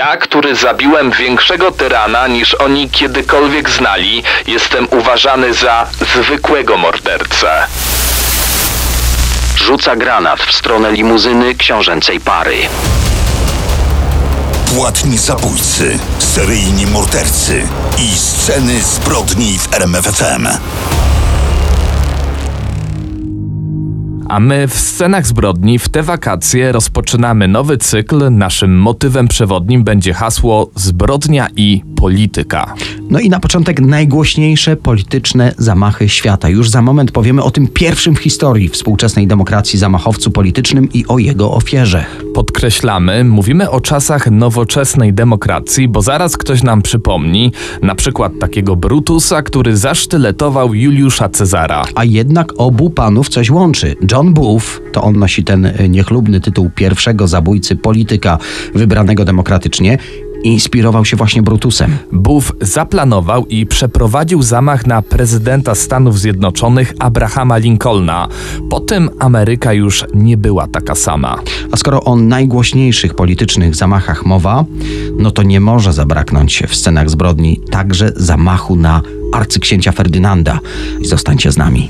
Ja, który zabiłem większego tyrana niż oni kiedykolwiek znali, jestem uważany za zwykłego mordercę. Rzuca granat w stronę limuzyny książęcej pary. Płatni zabójcy, seryjni mordercy i sceny zbrodni w RMF FM. A my w Scenach zbrodni w te wakacje rozpoczynamy nowy cykl. Naszym motywem przewodnim będzie hasło zbrodnia i polityka. No i na początek najgłośniejsze polityczne zamachy świata. Już za moment powiemy o tym pierwszym w historii współczesnej demokracji zamachowcu politycznym i o jego ofierze. Podkreślamy, mówimy o czasach nowoczesnej demokracji, bo zaraz ktoś nam przypomni, na przykład takiego Brutusa, który zasztyletował Juliusza Cezara. A jednak obu panów coś łączy. John Booth, to on nosi ten niechlubny tytuł pierwszego zabójcy polityka wybranego demokratycznie, inspirował się właśnie Brutusem. Booth zaplanował i przeprowadził zamach na prezydenta Stanów Zjednoczonych Abrahama Lincolna. Po tym Ameryka już nie była taka sama. A skoro o najgłośniejszych politycznych zamachach mowa, no to nie może zabraknąć w Scenach zbrodni także zamachu na arcyksięcia Ferdynanda. I zostańcie z nami.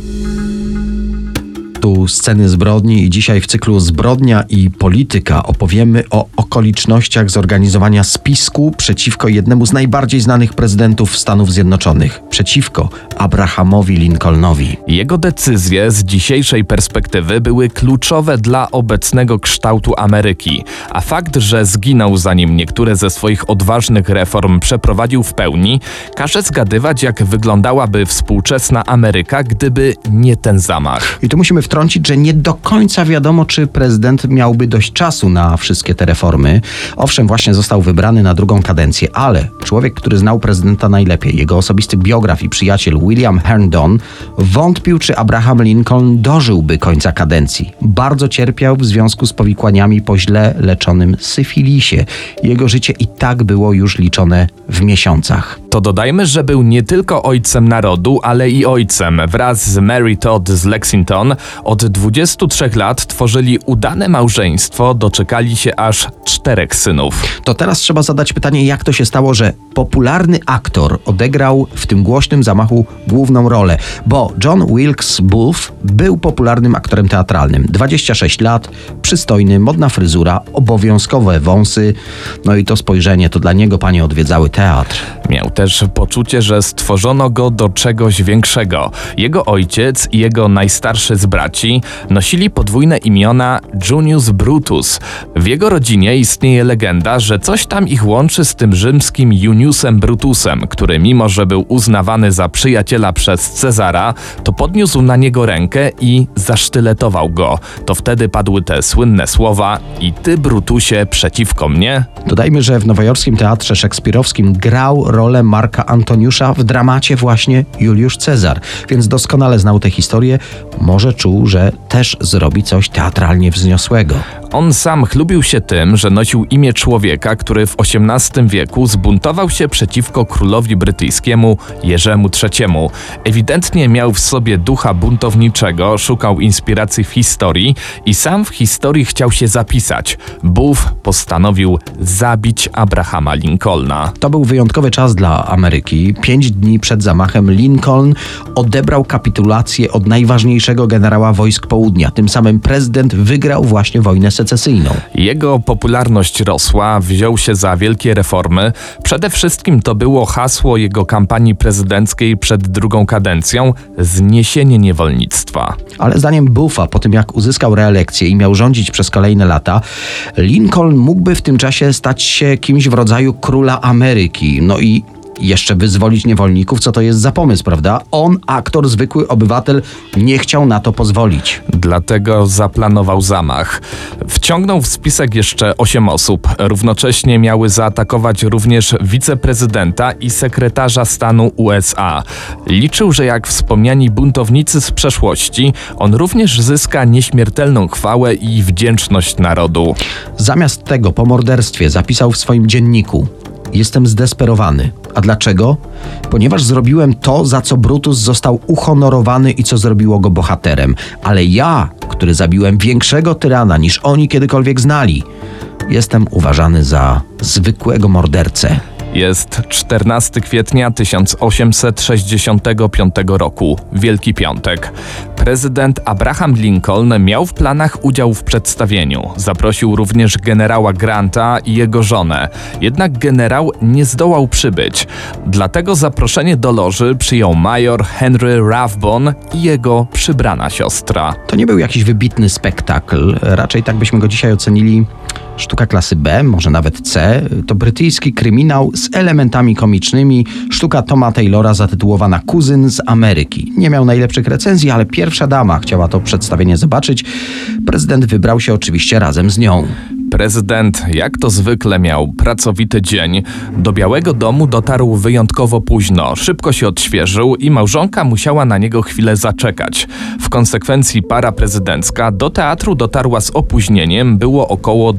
Tu Sceny zbrodni i dzisiaj w cyklu Zbrodnia i polityka opowiemy o okolicznościach zorganizowania spisku przeciwko jednemu z najbardziej znanych prezydentów Stanów Zjednoczonych, przeciwko Abrahamowi Lincolnowi. Jego decyzje z dzisiejszej perspektywy były kluczowe dla obecnego kształtu Ameryki, a fakt, że zginął zanim niektóre ze swoich odważnych reform przeprowadził w pełni, każe zgadywać, jak wyglądałaby współczesna Ameryka, gdyby nie ten zamach. I tu musimy wtrącić, że nie do końca wiadomo, czy prezydent miałby dość czasu na wszystkie te reformy. Owszem, właśnie został wybrany na drugą kadencję, ale człowiek, który znał prezydenta najlepiej, jego osobisty biograf i przyjaciel William Herndon, wątpił, czy Abraham Lincoln dożyłby końca kadencji. Bardzo cierpiał w związku z powikłaniami po źle leczonym syfilisie. Jego życie i tak było już liczone w miesiącach. To dodajmy, że był nie tylko ojcem narodu, ale i ojcem. Wraz z Mary Todd z Lexington od 23 lat tworzyli udane małżeństwo, doczekali się aż 4 synów. To teraz trzeba zadać pytanie, jak to się stało, że popularny aktor odegrał w tym głośnym zamachu główną rolę, bo John Wilkes Booth był popularnym aktorem teatralnym. 26 lat, przystojny, modna fryzura, obowiązkowe wąsy, no i to spojrzenie, to dla niego panie odwiedzały teatr. Miał też poczucie, że stworzono go do czegoś większego. Jego ojciec i jego najstarszy z braci nosili podwójne imiona Junius Brutus. W jego rodzinie istnieje legenda, że coś tam ich łączy z tym rzymskim Juniusem Brutusem, który mimo, że był uznawany za przyjaciela przez Cezara, to podniósł na niego rękę i zasztyletował go. To wtedy padły te słynne słowa: i ty, Brutusie, przeciwko mnie? Dodajmy, że w nowojorskim teatrze szekspirowskim grał rolę Marka Antoniusza w dramacie właśnie Juliusz Cezar, więc doskonale znał tę historię, może czuł, że też zrobi coś teatralnie wzniosłego. On sam chlubił się tym, że nosił imię człowieka, który w XVIII wieku zbuntował się przeciwko królowi brytyjskiemu Jerzemu III. Ewidentnie miał w sobie ducha buntowniczego, szukał inspiracji w historii i sam w historii chciał się zapisać. Booth postanowił zabić Abrahama Lincolna. To był wyjątkowy czas dla Ameryki. 5 dni przed zamachem Lincoln odebrał kapitulację od najważniejszego generała wojsk południa. Tym samym prezydent wygrał właśnie wojnę secesyjną. Jego popularność rosła, wziął się za wielkie reformy. Przede wszystkim to było hasło jego kampanii prezydenckiej przed drugą kadencją – zniesienie niewolnictwa. Ale zdaniem Bootha, po tym jak uzyskał reelekcję i miał rządzić przez kolejne lata, Lincoln mógłby w tym czasie stać się kimś w rodzaju króla Ameryki. No i jeszcze wyzwolić niewolników, co to jest za pomysł, prawda? On, aktor, zwykły obywatel, nie chciał na to pozwolić. Dlatego zaplanował zamach. Wciągnął w spisek jeszcze 8 osób. Równocześnie miały zaatakować również wiceprezydenta i sekretarza stanu USA. Liczył, że jak wspomniani buntownicy z przeszłości, on również zyska nieśmiertelną chwałę i wdzięczność narodu. Zamiast tego po morderstwie zapisał w swoim dzienniku: jestem zdesperowany. A dlaczego? Ponieważ zrobiłem to, za co Brutus został uhonorowany i co zrobiło go bohaterem. Ale ja, który zabiłem większego tyrana niż oni kiedykolwiek znali, jestem uważany za zwykłego mordercę. Jest 14 kwietnia 1865 roku, Wielki Piątek. Prezydent Abraham Lincoln miał w planach udział w przedstawieniu. Zaprosił również generała Granta i jego żonę. Jednak generał nie zdołał przybyć. Dlatego zaproszenie do loży przyjął major Henry Rathbone i jego przybrana siostra. To nie był jakiś wybitny spektakl, raczej tak byśmy go dzisiaj ocenili. Sztuka klasy B, może nawet C, to brytyjski kryminał z elementami komicznymi, sztuka Toma Taylora zatytułowana Kuzyn z Ameryki. Nie miał najlepszych recenzji, ale pierwsza dama chciała to przedstawienie zobaczyć. Prezydent wybrał się oczywiście razem z nią. Prezydent, jak to zwykle, miał pracowity dzień. Do Białego Domu dotarł wyjątkowo późno, szybko się odświeżył i małżonka musiała na niego chwilę zaczekać. W konsekwencji para prezydencka do teatru dotarła z opóźnieniem, było około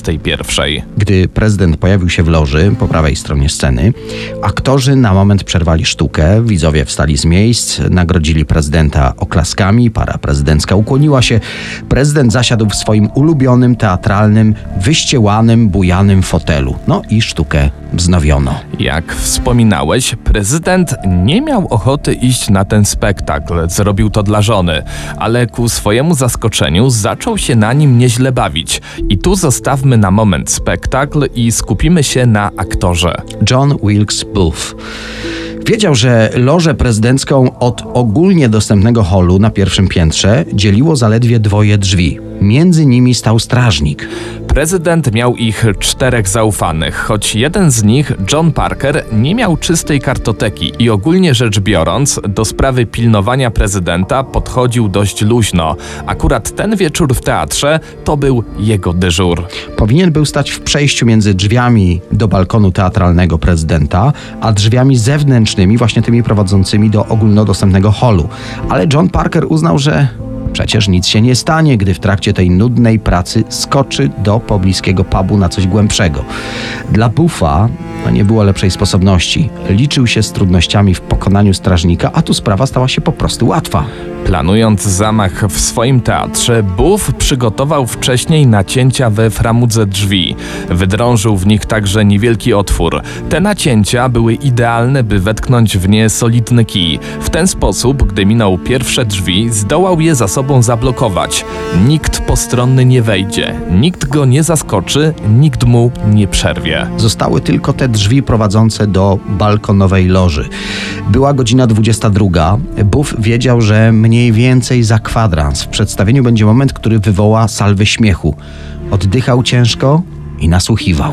21:00. Gdy prezydent pojawił się w loży po prawej stronie sceny, aktorzy na moment przerwali sztukę, widzowie wstali z miejsc, nagrodzili prezydenta oklaskami, para prezydencka ukłoniła się, prezydent zasiadł w swoim ulubionym teatralnym, wyściełanym, bujanym fotelu. No i sztukę wznowiono. Jak wspominałeś, prezydent nie miał ochoty iść na ten spektakl, zrobił to dla żony, ale ku swojemu zaskoczeniu zaczął się na nim nieźle bawić. I tu zostawmy na moment spektakl i skupimy się na aktorze. John Wilkes Booth. Wiedział, że lożę prezydencką od ogólnie dostępnego holu na pierwszym piętrze dzieliło zaledwie 2 drzwi. Między nimi stał strażnik. Prezydent miał ich 4 zaufanych, choć jeden z nich, John Parker, nie miał czystej kartoteki i ogólnie rzecz biorąc, do sprawy pilnowania prezydenta podchodził dość luźno. Akurat ten wieczór w teatrze to był jego dyżur. Powinien był stać w przejściu między drzwiami do balkonu teatralnego prezydenta, a drzwiami zewnętrznymi, właśnie tymi prowadzącymi do ogólnodostępnego holu. Ale John Parker uznał, że przecież nic się nie stanie, gdy w trakcie tej nudnej pracy skoczy do pobliskiego pubu na coś głębszego. Dla Bootha nie było lepszej sposobności. Liczył się z trudnościami w pokonaniu strażnika, a tu sprawa stała się po prostu łatwa. Planując zamach w swoim teatrze, Booth przygotował wcześniej nacięcia we framudze drzwi. Wydrążył w nich także niewielki otwór. Te nacięcia były idealne, by wetknąć w nie solidny kij. W ten sposób, gdy minął pierwsze drzwi, zdołał je za sobą zablokować. Nikt postronny nie wejdzie, nikt go nie zaskoczy, nikt mu nie przerwie. Zostały tylko te drzwi prowadzące do balkonowej loży. Była godzina 22. Booth wiedział, że mniej więcej za kwadrans w przedstawieniu będzie moment, który wywoła salwy śmiechu. Oddychał ciężko i nasłuchiwał.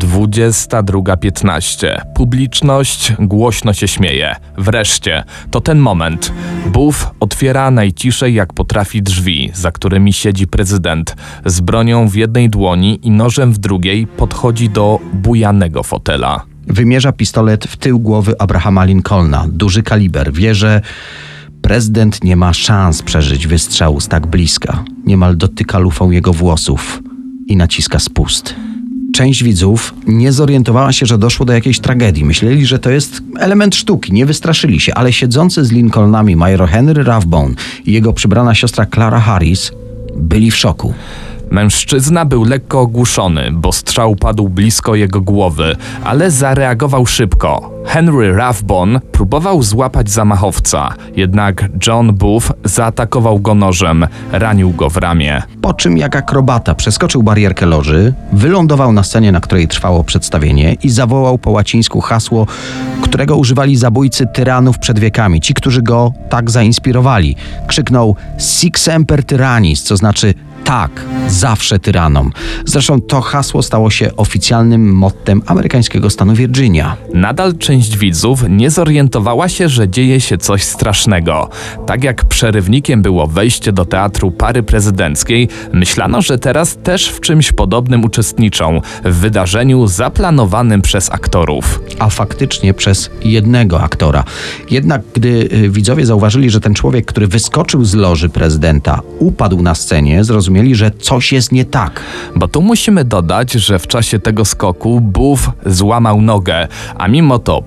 22:15. Publiczność głośno się śmieje. Wreszcie, to ten moment. Booth otwiera najciszej jak potrafi drzwi, za którymi siedzi prezydent. Z bronią w jednej dłoni i nożem w drugiej podchodzi do bujanego fotela. Wymierza pistolet w tył głowy Abrahama Lincolna. Duży kaliber. Wie, że prezydent nie ma szans przeżyć wystrzału z tak bliska. Niemal dotyka lufą jego włosów i naciska spust. Część widzów nie zorientowała się, że doszło do jakiejś tragedii. Myśleli, że to jest element sztuki, nie wystraszyli się, ale siedzący z Lincolnami major Henry Rathbone i jego przybrana siostra Clara Harris byli w szoku. Mężczyzna był lekko ogłuszony, bo strzał padł blisko jego głowy, ale zareagował szybko. Henry Rathbone próbował złapać zamachowca, jednak John Booth zaatakował go nożem, ranił go w ramię. Po czym jak akrobata przeskoczył barierkę loży, wylądował na scenie, na której trwało przedstawienie i zawołał po łacińsku hasło, którego używali zabójcy tyranów przed wiekami, ci, którzy go tak zainspirowali. Krzyknął Sic semper tyrannis, co znaczy tak, zawsze tyranom. Zresztą to hasło stało się oficjalnym mottem amerykańskiego stanu Virginia. Nadal część widzów nie zorientowała się, że dzieje się coś strasznego. Tak jak przerywnikiem było wejście do teatru pary prezydenckiej, myślano, że teraz też w czymś podobnym uczestniczą, w wydarzeniu zaplanowanym przez aktorów. A faktycznie przez jednego aktora. Jednak gdy widzowie zauważyli, że ten człowiek, który wyskoczył z loży prezydenta, upadł na scenie, zrozumieli, że coś jest nie tak. Bo tu musimy dodać, że w czasie tego skoku Booth złamał nogę, a mimo to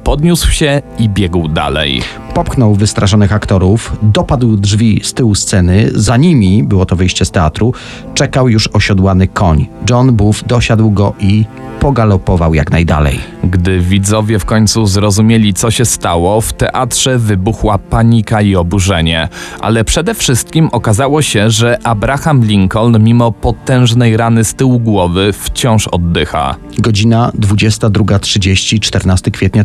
Podniósł się i biegł dalej. Popchnął wystraszonych aktorów, dopadł drzwi z tyłu sceny, za nimi, było to wyjście z teatru, czekał już osiodłany koń. John Booth dosiadł go i pogalopował jak najdalej. Gdy widzowie w końcu zrozumieli, co się stało, w teatrze wybuchła panika i oburzenie. Ale przede wszystkim okazało się, że Abraham Lincoln, mimo potężnej rany z tyłu głowy, wciąż oddycha. Godzina 22:30, 14 kwietnia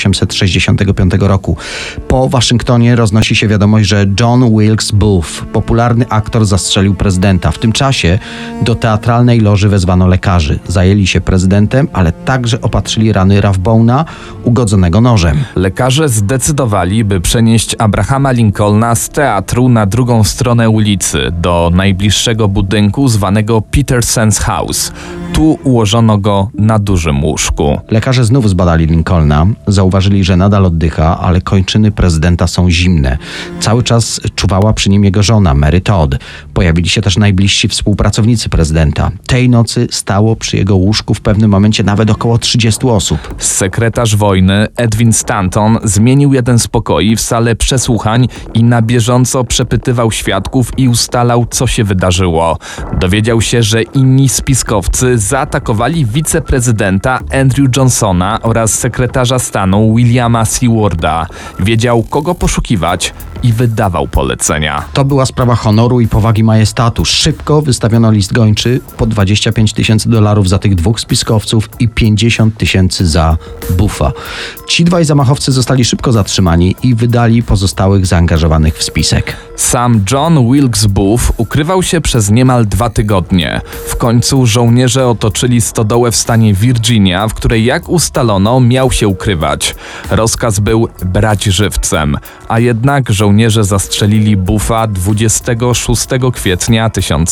1865 roku. Po Waszyngtonie roznosi się wiadomość, że John Wilkes Booth, popularny aktor, zastrzelił prezydenta. W tym czasie do teatralnej loży wezwano lekarzy. Zajęli się prezydentem, ale także opatrzyli rany Rathbone'a, ugodzonego nożem. Lekarze zdecydowali, by przenieść Abrahama Lincolna z teatru na drugą stronę ulicy, do najbliższego budynku zwanego Peterson's House. Tu ułożono go na dużym łóżku. Lekarze znów zbadali Lincolna, zauważyli, że nadal oddycha, ale kończyny prezydenta są zimne. Cały czas czuwała przy nim jego żona, Mary Todd. Pojawili się też najbliżsi współpracownicy prezydenta. Tej nocy stało przy jego łóżku w pewnym momencie nawet około 30 osób. Sekretarz wojny Edwin Stanton zmienił jeden z pokoi w salę przesłuchań i na bieżąco przepytywał świadków i ustalał, co się wydarzyło. Dowiedział się, że inni spiskowcy zaatakowali wiceprezydenta Andrew Johnsona oraz sekretarza stanu Williama Seawarda. Wiedział, kogo poszukiwać i wydawał polecenia. To była sprawa honoru i powagi majestatu. Szybko wystawiono list gończy po $25 000 za tych dwóch spiskowców i 50 000 za Bootha. Ci dwaj zamachowcy zostali szybko zatrzymani i wydali pozostałych zaangażowanych w spisek. Sam John Wilkes Booth ukrywał się przez niemal 2 tygodnie. W końcu żołnierze otoczyli stodołę w stanie Virginia, w której, jak ustalono, miał się ukrywać. Rozkaz był brać żywcem, a jednak żołnierze zastrzelili Bootha 26 kwietnia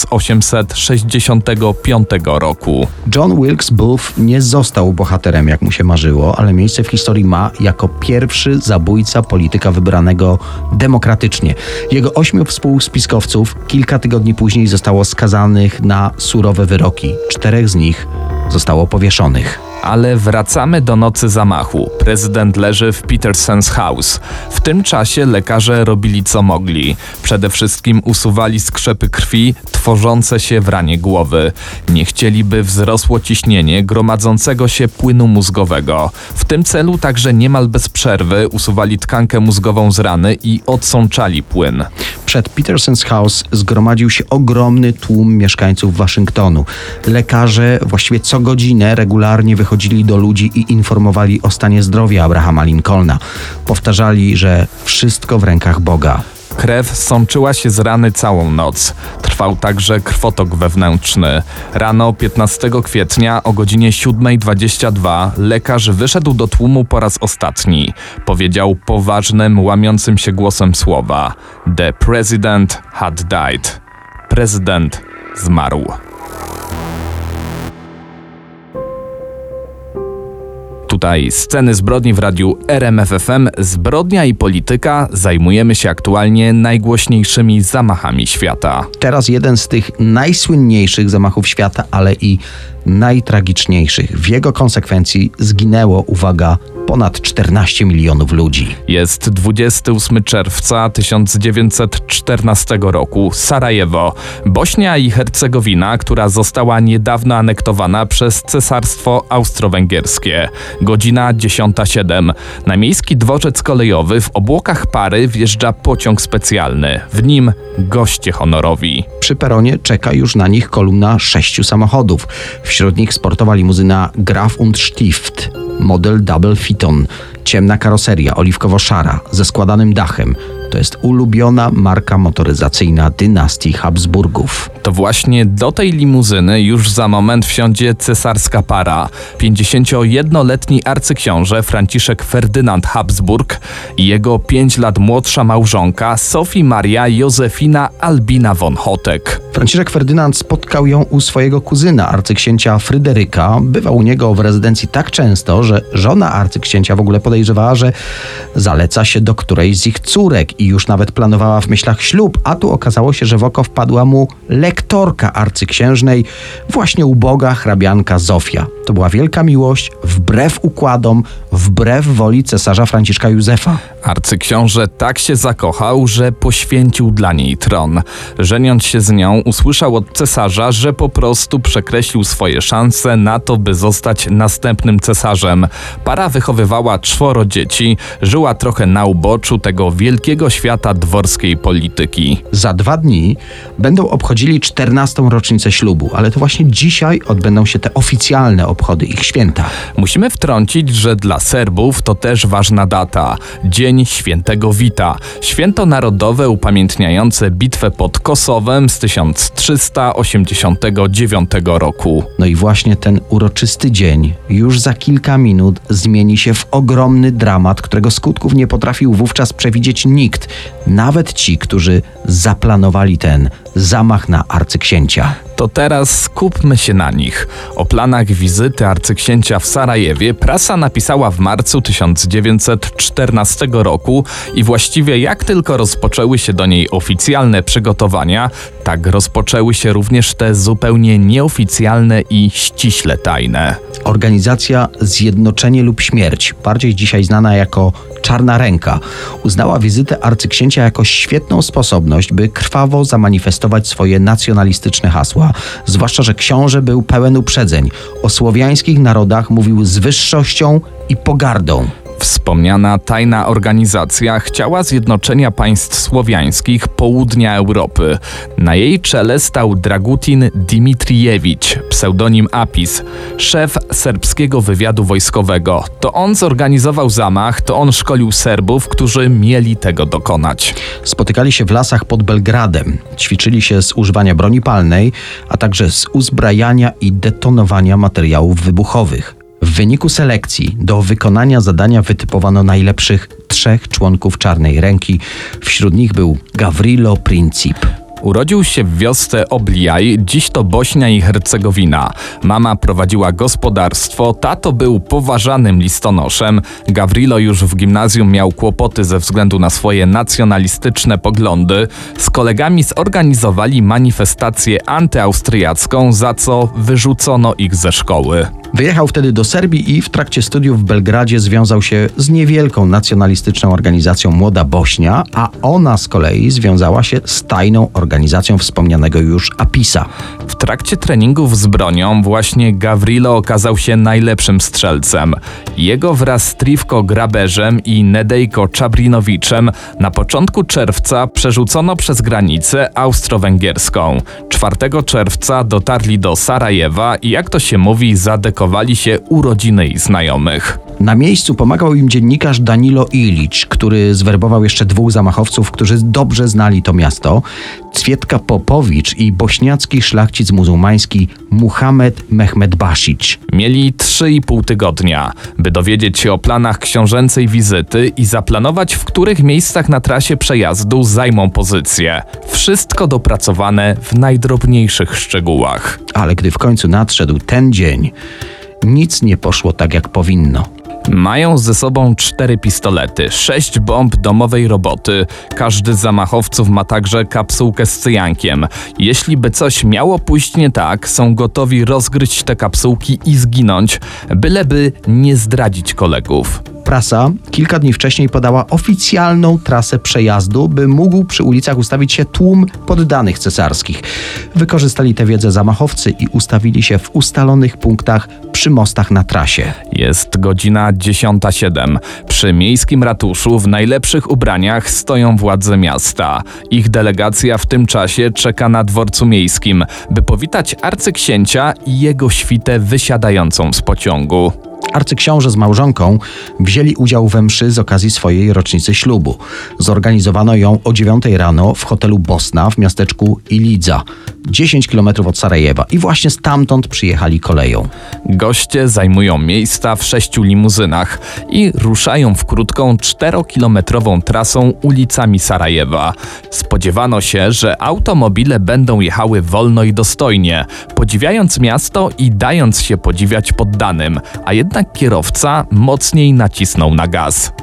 1865 roku. John Wilkes Booth nie został bohaterem, jak mu się marzyło, ale miejsce w historii ma jako pierwszy zabójca polityka wybranego demokratycznie. Jego 8 współspiskowców kilka tygodni później zostało skazanych na surowe wyroki. 4 z nich zostało powieszonych. Ale wracamy do nocy zamachu. Prezydent leży w Peterson's House. W tym czasie lekarze robili co mogli. Przede wszystkim usuwali skrzepy krwi tworzące się w ranie głowy. Nie chcieli, by wzrosło ciśnienie gromadzącego się płynu mózgowego. W tym celu także niemal bez przerwy usuwali tkankę mózgową z rany i odsączali płyn. Przed Peterson's House zgromadził się ogromny tłum mieszkańców Waszyngtonu. Lekarze właściwie co godzinę regularnie wychodzili do ludzi i informowali o stanie zdrowia Abrahama Lincolna. Powtarzali, że wszystko w rękach Boga. Krew sączyła się z rany całą noc. Trwał także krwotok wewnętrzny. Rano 15 kwietnia o godzinie 7:22 lekarz wyszedł do tłumu po raz ostatni. Powiedział poważnym, łamiącym się głosem słowa: The president had died. Prezydent zmarł. Tutaj sceny zbrodni w radiu RMF FM. Zbrodnia i polityka. Zajmujemy się aktualnie najgłośniejszymi zamachami świata. Teraz jeden z tych najsłynniejszych zamachów świata, ale i najtragiczniejszych. W jego konsekwencji zginęło, uwaga, ponad 14 milionów ludzi. Jest 28 czerwca 1914 roku. Sarajewo, Bośnia i Hercegowina, która została niedawno anektowana przez Cesarstwo Austro-Węgierskie. Godzina 10:07. Na miejski dworzec kolejowy w obłokach pary wjeżdża pociąg specjalny. W nim goście honorowi. Przy peronie czeka już na nich kolumna 6 samochodów. Wśród nich sportowa limuzyna Graf und Stift, model Double Phaeton, ciemna karoseria, oliwkowo-szara, ze składanym dachem. To jest ulubiona marka motoryzacyjna dynastii Habsburgów. To właśnie do tej limuzyny już za moment wsiądzie cesarska para. 51-letni arcyksiąże Franciszek Ferdynand Habsburg i jego 5 lat młodsza małżonka Sophie Maria Józefina Albina von Hotek. Franciszek Ferdynand spotkał ją u swojego kuzyna, arcyksięcia Fryderyka. Bywał u niego w rezydencji tak często, że żona arcyksięcia w ogóle podejrzewała, że zaleca się do którejś z ich córek i już nawet planowała w myślach ślub, a tu okazało się, że w oko wpadła mu lektorka arcyksiężnej, właśnie uboga hrabianka Zofia. To była wielka miłość, wbrew układom, wbrew woli cesarza Franciszka Józefa. Arcyksiąże tak się zakochał, że poświęcił dla niej tron. Żeniąc się z nią, usłyszał od cesarza, że po prostu przekreślił swoje szanse na to, by zostać następnym cesarzem. Para wychowywała 4 dzieci, żyła trochę na uboczu tego wielkiego świata dworskiej polityki. Za 2 dni będą obchodzili 14. rocznicę ślubu, ale to właśnie dzisiaj odbędą się te oficjalne obchody ich święta. Musimy wtrącić, że dla Serbów to też ważna data. Dzień Świętego Wita. Święto narodowe upamiętniające bitwę pod Kosowem z 1389 roku. No i właśnie ten uroczysty dzień już za kilka minut zmieni się w ogromny dramat, którego skutków nie potrafił wówczas przewidzieć nikt, nawet ci, którzy zaplanowali ten zamach na arcyksięcia. To teraz skupmy się na nich. O planach wizyty arcyksięcia w Sarajewie prasa napisała w marcu 1914 roku i właściwie jak tylko rozpoczęły się do niej oficjalne przygotowania, tak rozpoczęły się również te zupełnie nieoficjalne i ściśle tajne. Organizacja Zjednoczenie lub Śmierć, bardziej dzisiaj znana jako Czarna Ręka, uznała wizytę arcyksięcia jako świetną sposobność, by krwawo zamanifestować swoje nacjonalistyczne hasła, zwłaszcza że książę był pełen uprzedzeń. O słowiańskich narodach mówił z wyższością i pogardą. Wspomniana tajna organizacja chciała zjednoczenia państw słowiańskich południa Europy. Na jej czele stał Dragutin Dimitriewicz, pseudonim Apis, szef serbskiego wywiadu wojskowego. To on zorganizował zamach, to on szkolił Serbów, którzy mieli tego dokonać. Spotykali się w lasach pod Belgradem, ćwiczyli się z używania broni palnej, a także z uzbrajania i detonowania materiałów wybuchowych. W wyniku selekcji do wykonania zadania wytypowano najlepszych 3 członków Czarnej Ręki. Wśród nich był Gavrilo Princip. Urodził się w wiosce Oblijaj, dziś to Bośnia i Hercegowina. Mama prowadziła gospodarstwo, tato był poważanym listonoszem. Gavrilo już w gimnazjum miał kłopoty ze względu na swoje nacjonalistyczne poglądy. Z kolegami zorganizowali manifestację antyaustriacką, za co wyrzucono ich ze szkoły. Wyjechał wtedy do Serbii i w trakcie studiów w Belgradzie związał się z niewielką nacjonalistyczną organizacją Młoda Bośnia, a ona z kolei związała się z tajną organizacją wspomnianego już Apisa. W trakcie treningów z bronią właśnie Gavrilo okazał się najlepszym strzelcem. Jego wraz z Trifko Graberzem i Nedejko Czabrinowiczem na początku czerwca przerzucono przez granicę austro-węgierską. 4 czerwca dotarli do Sarajewa i jak to się mówi, zadekowali się urodziny ich znajomych. Na miejscu pomagał im dziennikarz Danilo Ilić, który zwerbował jeszcze 2 zamachowców, którzy dobrze znali to miasto. Cwietka Popowicz i bośniacki szlachcic muzułmański Muhamed Mehmedbasić. Mieli 3,5 tygodnia, by dowiedzieć się o planach książęcej wizyty i zaplanować, w których miejscach na trasie przejazdu zajmą pozycję. Wszystko dopracowane w najdrobniejszych szczegółach. Ale gdy w końcu nadszedł ten dzień, nic nie poszło tak jak powinno. Mają ze sobą 4 pistolety, 6 bomb domowej roboty. Każdy z zamachowców ma także kapsułkę z cyjankiem. Jeśli by coś miało pójść nie tak, są gotowi rozgryźć te kapsułki i zginąć, byleby nie zdradzić kolegów. Prasa kilka dni wcześniej podała oficjalną trasę przejazdu, by mógł przy ulicach ustawić się tłum poddanych cesarskich. Wykorzystali tę wiedzę zamachowcy i ustawili się w ustalonych punktach przy mostach na trasie. Jest godzina 10:07. Przy miejskim ratuszu w najlepszych ubraniach stoją władze miasta. Ich delegacja w tym czasie czeka na dworcu miejskim, by powitać arcyksięcia i jego świtę wysiadającą z pociągu. Arcyksiąże z małżonką wzięli udział we mszy z okazji swojej rocznicy ślubu. Zorganizowano ją o 9 rano w hotelu Bosna w miasteczku Ilidza, 10 km od Sarajewa, i właśnie stamtąd przyjechali koleją. Goście zajmują miejsca w 6 limuzynach i ruszają w krótką 4-kilometrową trasą ulicami Sarajewa. Spodziewano się, że automobile będą jechały wolno i dostojnie, podziwiając miasto i dając się podziwiać poddanym, a jednak kierowca mocniej nacisnął na gaz.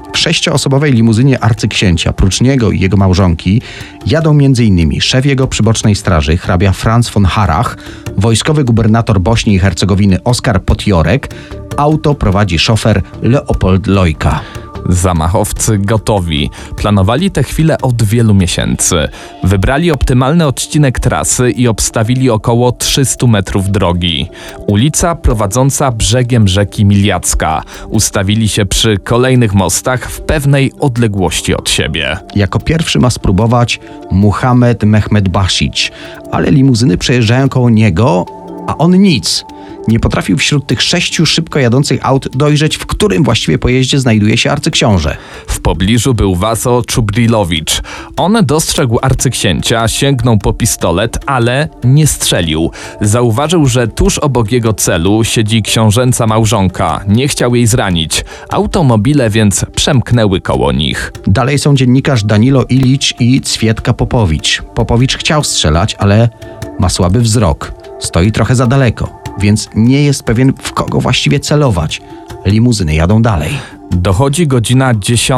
W 6-osobowej limuzynie arcyksięcia, prócz niego i jego małżonki, jadą m.in. szef jego przybocznej straży, hrabia Franz von Harrach, wojskowy gubernator Bośni i Hercegowiny Oskar Potjorek. Auto prowadzi szofer Leopold Lojka. Zamachowcy gotowi. Planowali tę chwilę od wielu miesięcy. Wybrali optymalny odcinek trasy i obstawili około 300 metrów drogi. Ulica prowadząca brzegiem rzeki Miliacka. Ustawili się przy kolejnych mostach w pewnej odległości od siebie. Jako pierwszy ma spróbować Muhammad Mehmed Basic, ale limuzyny przejeżdżają koło niego, a on nic. Nie potrafił wśród tych 6 szybko jadących aut dojrzeć, w którym właściwie pojeździe znajduje się arcyksiąże. W pobliżu był Waso Czubrilowicz. On dostrzegł arcyksięcia, sięgnął po pistolet, ale nie strzelił. Zauważył, że tuż obok jego celu siedzi książęca małżonka. Nie chciał jej zranić. Automobile więc przemknęły koło nich. Dalej są dziennikarz Danilo Ilicz i Cwietka Popowicz. Popowicz chciał strzelać, ale ma słaby wzrok. Stoi trochę za daleko, więc nie jest pewien, w kogo właściwie celować. Limuzyny jadą dalej. Dochodzi godzina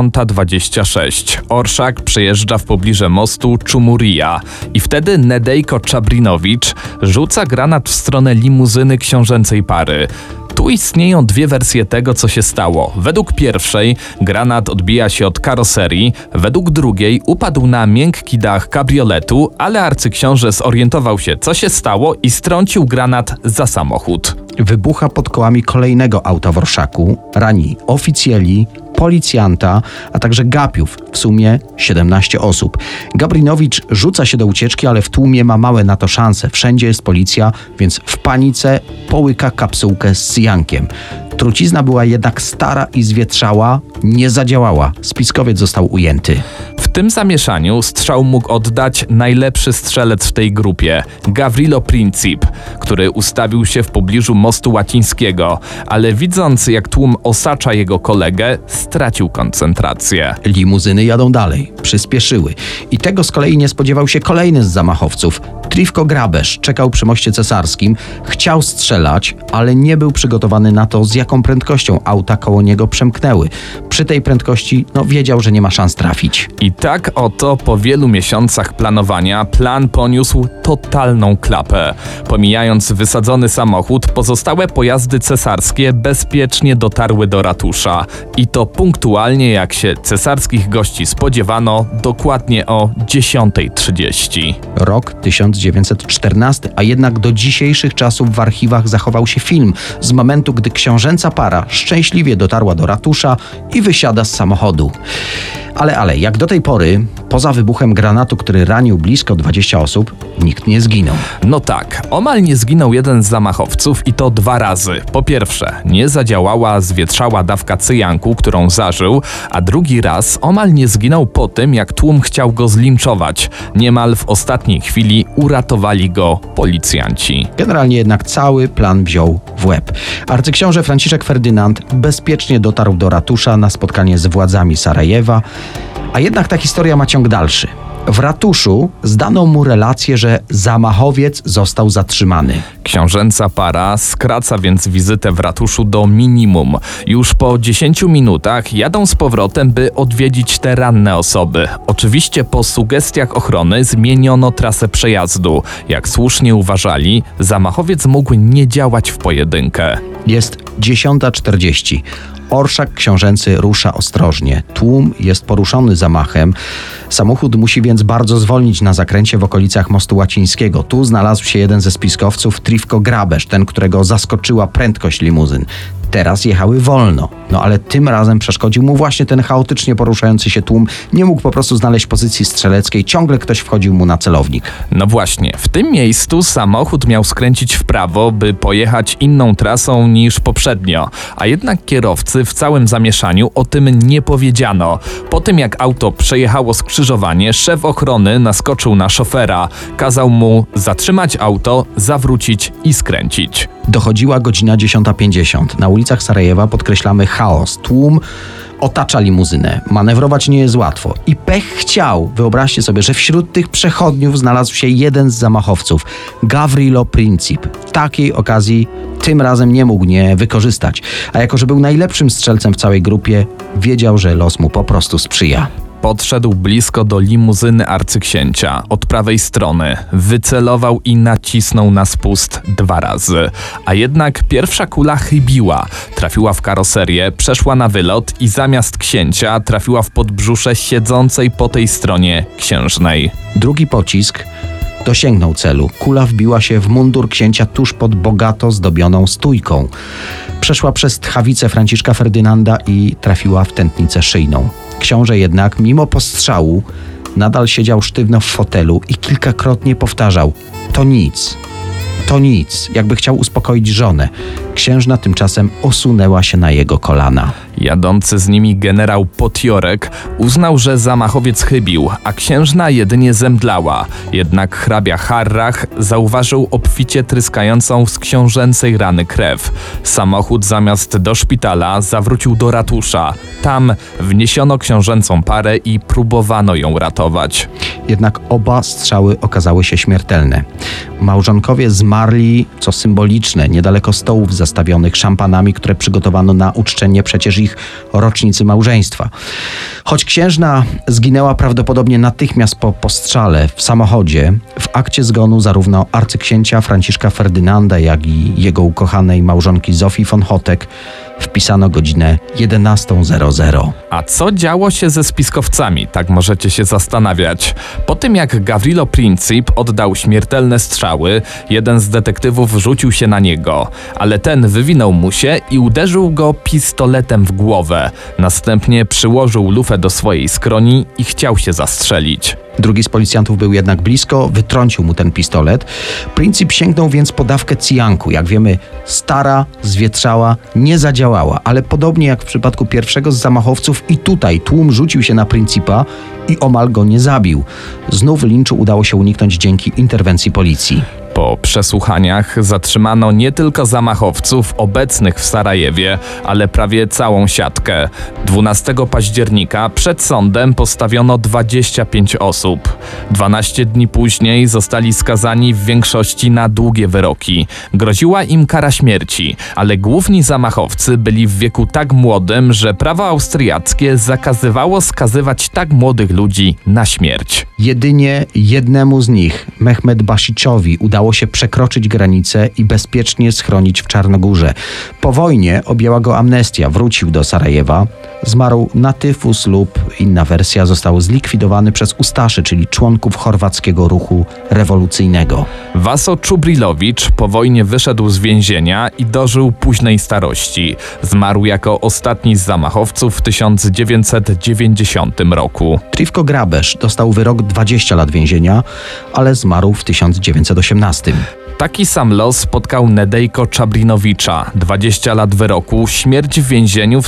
10:26. Orszak przejeżdża w pobliże mostu Czumurija i wtedy Nedejko Czabrinowicz rzuca granat w stronę limuzyny książęcej pary. Tu istnieją dwie wersje tego, co się stało. Według pierwszej granat odbija się od karoserii, według drugiej upadł na miękki dach kabrioletu, ale arcyksiąże zorientował się, co się stało i strącił granat za samochód. Wybucha pod kołami kolejnego auta w Orszaku, rani oficjeli, policjanta, a także gapiów, w sumie 17 osób. Gabrinowicz rzuca się do ucieczki, ale w tłumie ma małe na to szanse. Wszędzie jest policja, więc w panice połyka kapsułkę z cyjankiem. Trucizna była jednak stara i zwietrzała, nie zadziałała. Spiskowiec został ujęty. W tym zamieszaniu strzał mógł oddać najlepszy strzelec w tej grupie, Gavrilo Princip, który ustawił się w pobliżu mostu łacińskiego, ale widząc, jak tłum osacza jego kolegę, stracił koncentrację. Limuzyny jadą dalej, przyspieszyły. I tego z kolei nie spodziewał się kolejny z zamachowców. Trifko Grabesz czekał przy moście cesarskim, chciał strzelać, ale nie był przygotowany na to, z jaką prędkością auta koło niego przemknęły. Przy tej prędkości, wiedział, że nie ma szans trafić. I tak oto po wielu miesiącach planowania plan poniósł totalną klapę. Pomijając wysadzony samochód, pozostałe pojazdy cesarskie bezpiecznie dotarły do ratusza. I to punktualnie, jak się cesarskich gości spodziewano, dokładnie o 10:30. Rok 1914, a jednak do dzisiejszych czasów w archiwach zachował się film z momentu, gdy książęca para szczęśliwie dotarła do ratusza i wysiada z samochodu. Ale jak do tej pory, poza wybuchem granatu, który ranił blisko 20 osób, nikt nie zginął. No tak, omal nie zginął jeden z zamachowców i to 2 razy. Po pierwsze, nie zadziałała zwietrzała dawka cyjanku, którą zażył, a drugi raz omal nie zginął po tym, jak tłum chciał go zlinczować. Niemal w ostatniej chwili uratowali go policjanci. Generalnie jednak cały plan wziął w łeb. Arcyksiąże Franciszek Ferdynand bezpiecznie dotarł do ratusza na spotkanie z władzami Sarajewa, a jednak ta historia ma ciąg dalszy. W ratuszu zdano mu relację, że zamachowiec został zatrzymany. Książęca para skraca więc wizytę w ratuszu do minimum. Już po 10 minutach jadą z powrotem, by odwiedzić te ranne osoby. Oczywiście po sugestiach ochrony zmieniono trasę przejazdu. Jak słusznie uważali, zamachowiec mógł nie działać w pojedynkę. Jest 10:40. Orszak książęcy rusza ostrożnie. Tłum jest poruszony zamachem. Samochód musi więc bardzo zwolnić na zakręcie w okolicach mostu łacińskiego. Tu znalazł się jeden ze spiskowców, Trifko Grabesz, ten, którego zaskoczyła prędkość limuzyn. Teraz jechały wolno, ale tym razem przeszkodził mu właśnie ten chaotycznie poruszający się tłum. Nie mógł po prostu znaleźć pozycji strzeleckiej, ciągle ktoś wchodził mu na celownik. No właśnie, w tym miejscu samochód miał skręcić w prawo, by pojechać inną trasą niż poprzednio, a jednak kierowcy w całym zamieszaniu o tym nie powiedziano. Po tym jak auto przejechało skrzyżowanie, szef ochrony naskoczył na szofera, kazał mu zatrzymać auto, zawrócić i skręcić. Dochodziła godzina 10:50. Na ulicach Sarajewa podkreślamy chaos. Tłum otacza limuzynę. Manewrować nie jest łatwo. I pech chciał. Wyobraźcie sobie, że wśród tych przechodniów znalazł się jeden z zamachowców. Gavrilo Princip. Takiej okazji Tym razem nie mógł nie wykorzystać, a jako że był najlepszym strzelcem w całej grupie, wiedział, że los mu po prostu sprzyja. Podszedł blisko do limuzyny arcyksięcia, od prawej strony, wycelował i nacisnął na spust 2 razy. A jednak pierwsza kula chybiła, trafiła w karoserię, przeszła na wylot i zamiast księcia trafiła w podbrzusze siedzącej po tej stronie księżnej. Drugi pocisk dosięgnął celu. Kula wbiła się w mundur księcia tuż pod bogato zdobioną stójką. Przeszła przez tchawicę Franciszka Ferdynanda i trafiła w tętnicę szyjną. Książę jednak, mimo postrzału, nadal siedział sztywno w fotelu i kilkakrotnie powtarzał: to nic, jakby chciał uspokoić żonę. Księżna tymczasem osunęła się na jego kolana. Jadący z nimi generał Potiorek uznał, że zamachowiec chybił, a księżna jedynie zemdlała. Jednak hrabia Harrach zauważył obficie tryskającą z książęcej rany krew. Samochód zamiast do szpitala zawrócił do ratusza. Tam wniesiono książęcą parę i próbowano ją ratować. Jednak oba strzały okazały się śmiertelne. Małżonkowie zmarli, co symboliczne, niedaleko stołów zastawionych szampanami, które przygotowano na uczczenie przecież ich rocznicy małżeństwa. Choć księżna zginęła prawdopodobnie natychmiast po postrzale w samochodzie, w akcie zgonu zarówno arcyksięcia Franciszka Ferdynanda, jak i jego ukochanej małżonki Zofii von Hotek wpisano godzinę 11:00. A co działo się ze spiskowcami, tak możecie się zastanawiać. Po tym jak Gavrilo Princip oddał śmiertelne strzały, jeden z detektywów rzucił się na niego, ale ten wywinął mu się i uderzył go pistoletem w głowę. Następnie przyłożył lufę do swojej skroni i chciał się zastrzelić. Drugi z policjantów był jednak blisko, wytrącił mu ten pistolet. Princip sięgnął więc po dawkę cyjanku. Jak wiemy, stara, zwietrzała, nie zadziałała, ale podobnie jak w przypadku pierwszego z zamachowców i tutaj tłum rzucił się na Principa i omal go nie zabił. Znów linczu udało się uniknąć dzięki interwencji policji. Po przesłuchaniach zatrzymano nie tylko zamachowców obecnych w Sarajewie, ale prawie całą siatkę. 12 października przed sądem postawiono 25 osób. 12 dni później zostali skazani w większości na długie wyroki. Groziła im kara śmierci, ale główni zamachowcy byli w wieku tak młodym, że prawo austriackie zakazywało skazywać tak młodych ludzi na śmierć. Jedynie jednemu z nich, Mehmed Basiczowi, udało się przekroczyć granicę i bezpiecznie schronić w Czarnogórze. Po wojnie objęła go amnestia, wrócił do Sarajewa, zmarł na tyfus lub, inna wersja, został zlikwidowany przez ustaszy, czyli członków chorwackiego ruchu rewolucyjnego. Vaso Čubrilowicz po wojnie wyszedł z więzienia i dożył późnej starości. Zmarł jako ostatni z zamachowców w 1990 roku. Trifko Grabeš dostał wyrok 20 lat więzienia, ale zmarł w 1918. Taki sam los spotkał Nedejko Czabrinowicza, 20 lat wyroku, śmierć w więzieniu w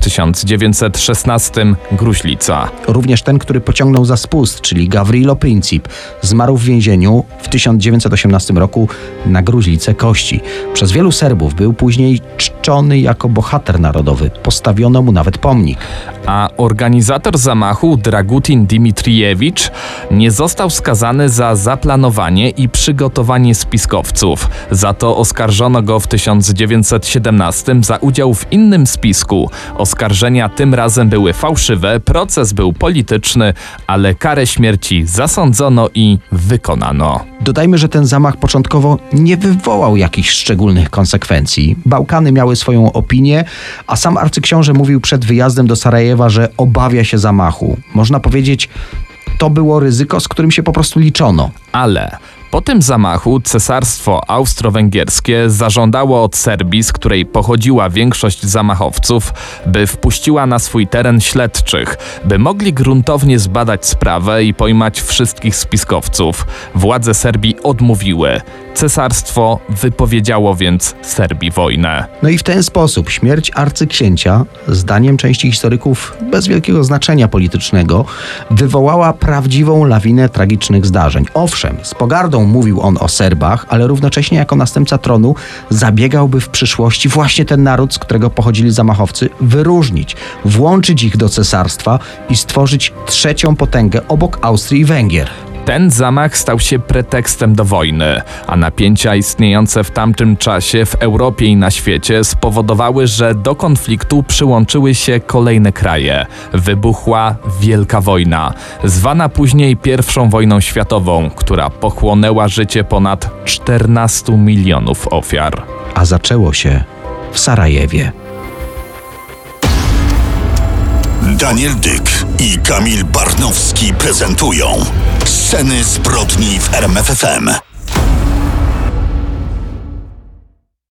1916, gruźlica. Również ten, który pociągnął za spust, czyli Gavrilo Princip, zmarł w więzieniu w 1918 roku na gruźlicę kości. Przez wielu Serbów był później czczony jako bohater narodowy. Postawiono mu nawet pomnik. A organizator zamachu, Dragutin Dimitrijević, nie został skazany za zaplanowanie i przygotowanie spiskowców. Za to oskarżono go w 1917 za udział w innym spisku. Oskarżenia tym razem były fałszywe, proces był polityczny, ale karę śmierci zasądzono i wykonano. Dodajmy, że ten zamach początkowo nie wywołał jakichś szczególnych konsekwencji. Bałkany miały swoją opinię, a sam arcyksiąże mówił przed wyjazdem do Sarajewa, że obawia się zamachu. Można powiedzieć, to było ryzyko, z którym się po prostu liczono. Ale po tym zamachu Cesarstwo Austro-Węgierskie zażądało od Serbii, z której pochodziła większość zamachowców, by wpuściła na swój teren śledczych, by mogli gruntownie zbadać sprawę i pojmać wszystkich spiskowców. Władze Serbii odmówiły. Cesarstwo wypowiedziało więc Serbii wojnę. No i w ten sposób śmierć arcyksięcia, zdaniem części historyków bez wielkiego znaczenia politycznego, wywołała prawdziwą lawinę tragicznych zdarzeń. Owszem, z pogardą mówił on o Serbach, ale równocześnie jako następca tronu zabiegałby w przyszłości właśnie ten naród, z którego pochodzili zamachowcy, wyróżnić, włączyć ich do cesarstwa i stworzyć trzecią potęgę obok Austrii i Węgier. Ten zamach stał się pretekstem do wojny, a napięcia istniejące w tamtym czasie w Europie i na świecie spowodowały, że do konfliktu przyłączyły się kolejne kraje. Wybuchła Wielka Wojna, zwana później I wojną światową, która pochłonęła życie ponad 14 milionów ofiar. A zaczęło się w Sarajewie. Daniel Dyk i Kamil Barnowski prezentują Sceny zbrodni w RMFFM.